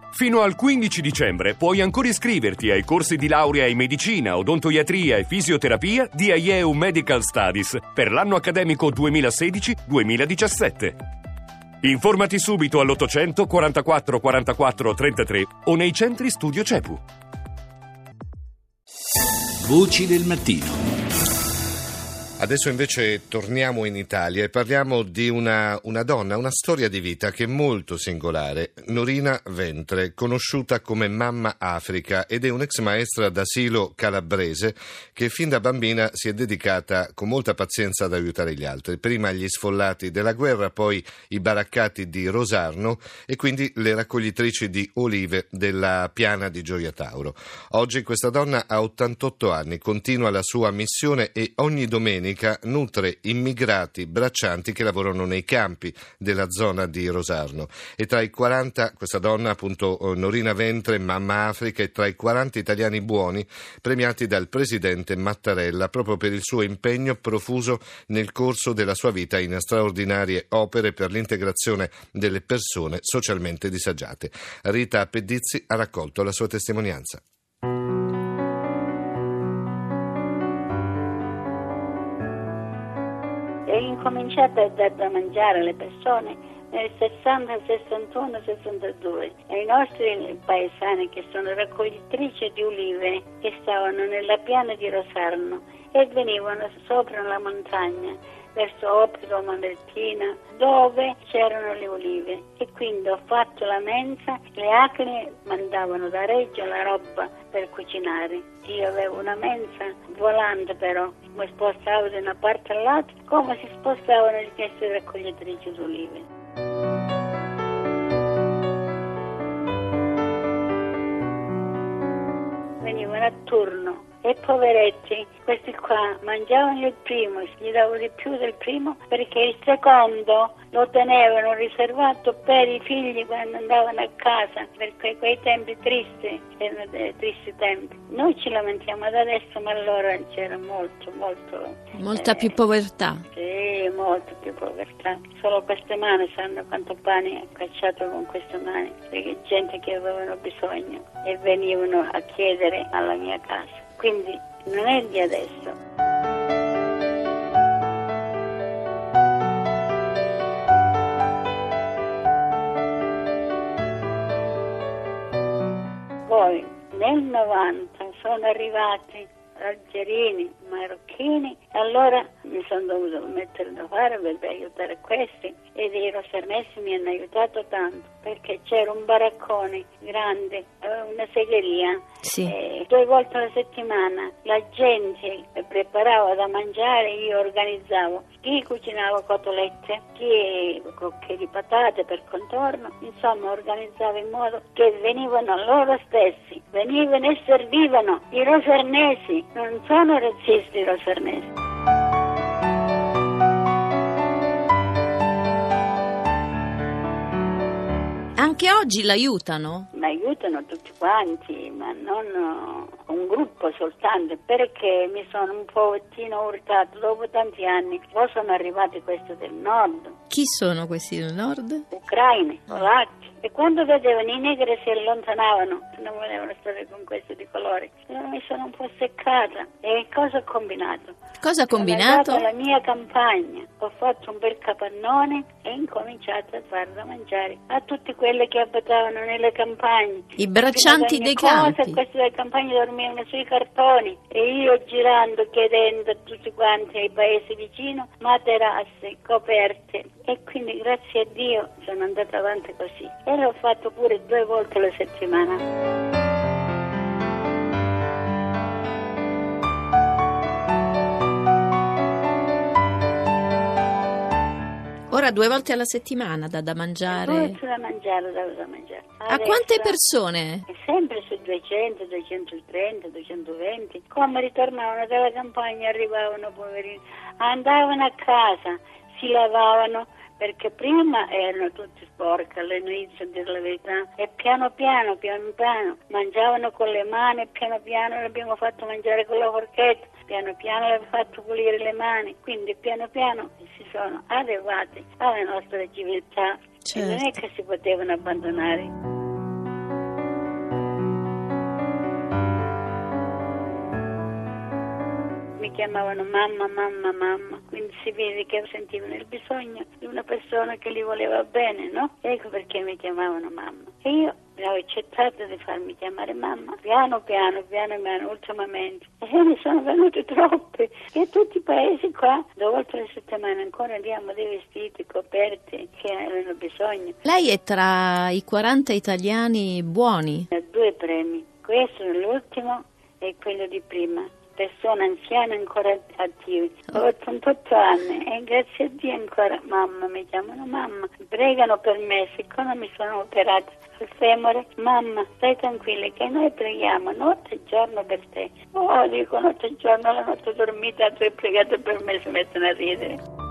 Fino al 15 dicembre puoi ancora iscriverti ai corsi di laurea in medicina, odontoiatria e fisioterapia di IEU Medical Studies per l'anno accademico 2016-2017. Informati subito all'800 44 44 33 o nei centri studio CEPU. Voci del mattino. Adesso invece torniamo in Italia e parliamo di una donna, una storia di vita che è molto singolare. Norina Ventre, conosciuta come Mamma Africa, ed è un'ex maestra d'asilo calabrese che fin da bambina si è dedicata con molta pazienza ad aiutare gli altri. Prima gli sfollati della guerra, poi i baraccati di Rosarno e quindi le raccoglitrici di olive della piana di Gioia Tauro. Oggi questa donna ha 88 anni, continua la sua missione e ogni domenica nutre immigrati braccianti che lavorano nei campi della zona di Rosarno. E tra i 40, questa donna appunto Norina Ventre, Mamma Africa, è tra i 40 italiani buoni premiati dal presidente Mattarella proprio per il suo impegno profuso nel corso della sua vita in straordinarie opere per l'integrazione delle persone socialmente disagiate. Rita Pedizzi ha raccolto la sua testimonianza. Ho incominciato a dar da mangiare alle persone nel 60, 61, 62 e i nostri paesani che sono raccoglitrici di ulive che stavano nella piana di Rosarno e venivano sopra la montagna verso Oppido, Mamertina, dove c'erano le olive, e quindi ho fatto la mensa. Le acne mandavano da Reggio la roba per cucinare. Io avevo una mensa volante, però mi spostavo da una parte all'altra come si spostavano le stesse raccoglitrici d'olive. Venivano a turno e poveretti, questi qua mangiavano il primo, gli davo di più del primo perché il secondo lo tenevano riservato per i figli quando andavano a casa, perché quei tempi tristi, erano dei tristi tempi. Noi ci lamentiamo da adesso, ma allora c'era molta più povertà. Sì, molto più povertà. Solo queste mani sanno quanto pane ho cacciato con queste mani, perché gente che avevano bisogno e venivano a chiedere alla mia casa. Quindi non è di adesso. Poi nel 90 sono arrivati algerini, marocchini, allora mi sono dovuto mettere da fare per aiutare questi, ed i rosarnesi mi hanno aiutato tanto perché c'era un baraccone grande, una segheria, sì. 2 volte alla settimana la gente preparava da mangiare, io organizzavo, chi cucinava cotolette, chi crocchè di patate per contorno, insomma organizzavo in modo che venivano loro stessi, venivano e servivano. I rosarnesi non sono razzisti, i rosarnesi. Anche oggi l'aiutano? Mi aiutano tutti quanti, ma non un gruppo soltanto, perché mi sono un pochettino urtato dopo tanti anni. Poi sono arrivati questi del nord. Chi sono questi del nord? Ucraini, polacchi. E quando vedevano i negri si allontanavano, non volevano stare con questi di colore. Io mi sono un po' seccata. E cosa ho combinato? Cosa ha combinato? Ho andato alla mia campagna, ho fatto un bel capannone e ho incominciato a far da mangiare a tutti quelli che abitavano nelle campagne. I braccianti dei campi. Questi delle campagne dormivano sui cartoni e io girando chiedendo a tutti quanti ai paesi vicino materasse, coperte, e quindi grazie a Dio sono andata avanti così e l'ho fatto pure 2 volte alla settimana. Ora 2 volte alla settimana da mangiare. 2 volte da mangiare. A quante persone? Sempre su 200, 230, 220. Come ritornavano dalla campagna arrivavano poverini, andavano a casa, si lavavano, perché prima erano tutti sporchi all'inizio, a dire la verità, e piano piano mangiavano con le mani, e piano piano l'abbiamo fatto mangiare con la forchetta, piano piano l'abbiamo fatto pulire le mani, quindi piano piano si sono adeguati alla nostra civiltà. Certo. E non è che si potevano abbandonare. mi chiamavano mamma, mamma, mamma, quindi si vede che sentivano il bisogno di una persona che li voleva bene, no? Ecco perché mi chiamavano mamma. E io ho accettato di farmi chiamare mamma, piano piano, ultimamente. E ne sono venute troppe. E tutti i paesi qua, dopo 3 settimane ancora diamo dei vestiti coperti che avevano bisogno. Lei è tra i 40 italiani buoni. 2 premi. Questo è l'ultimo e quello di prima. Persone anziane ancora attive. Ho 88 anni e grazie a Dio ancora mamma, mi chiamano mamma. Pregano per me, siccome mi sono operata al femore. Mamma, stai tranquilla che noi preghiamo notte e giorno per te. Oh, dico notte e giorno, la notte dormita, tu hai pregato per me, si mettono a ridere.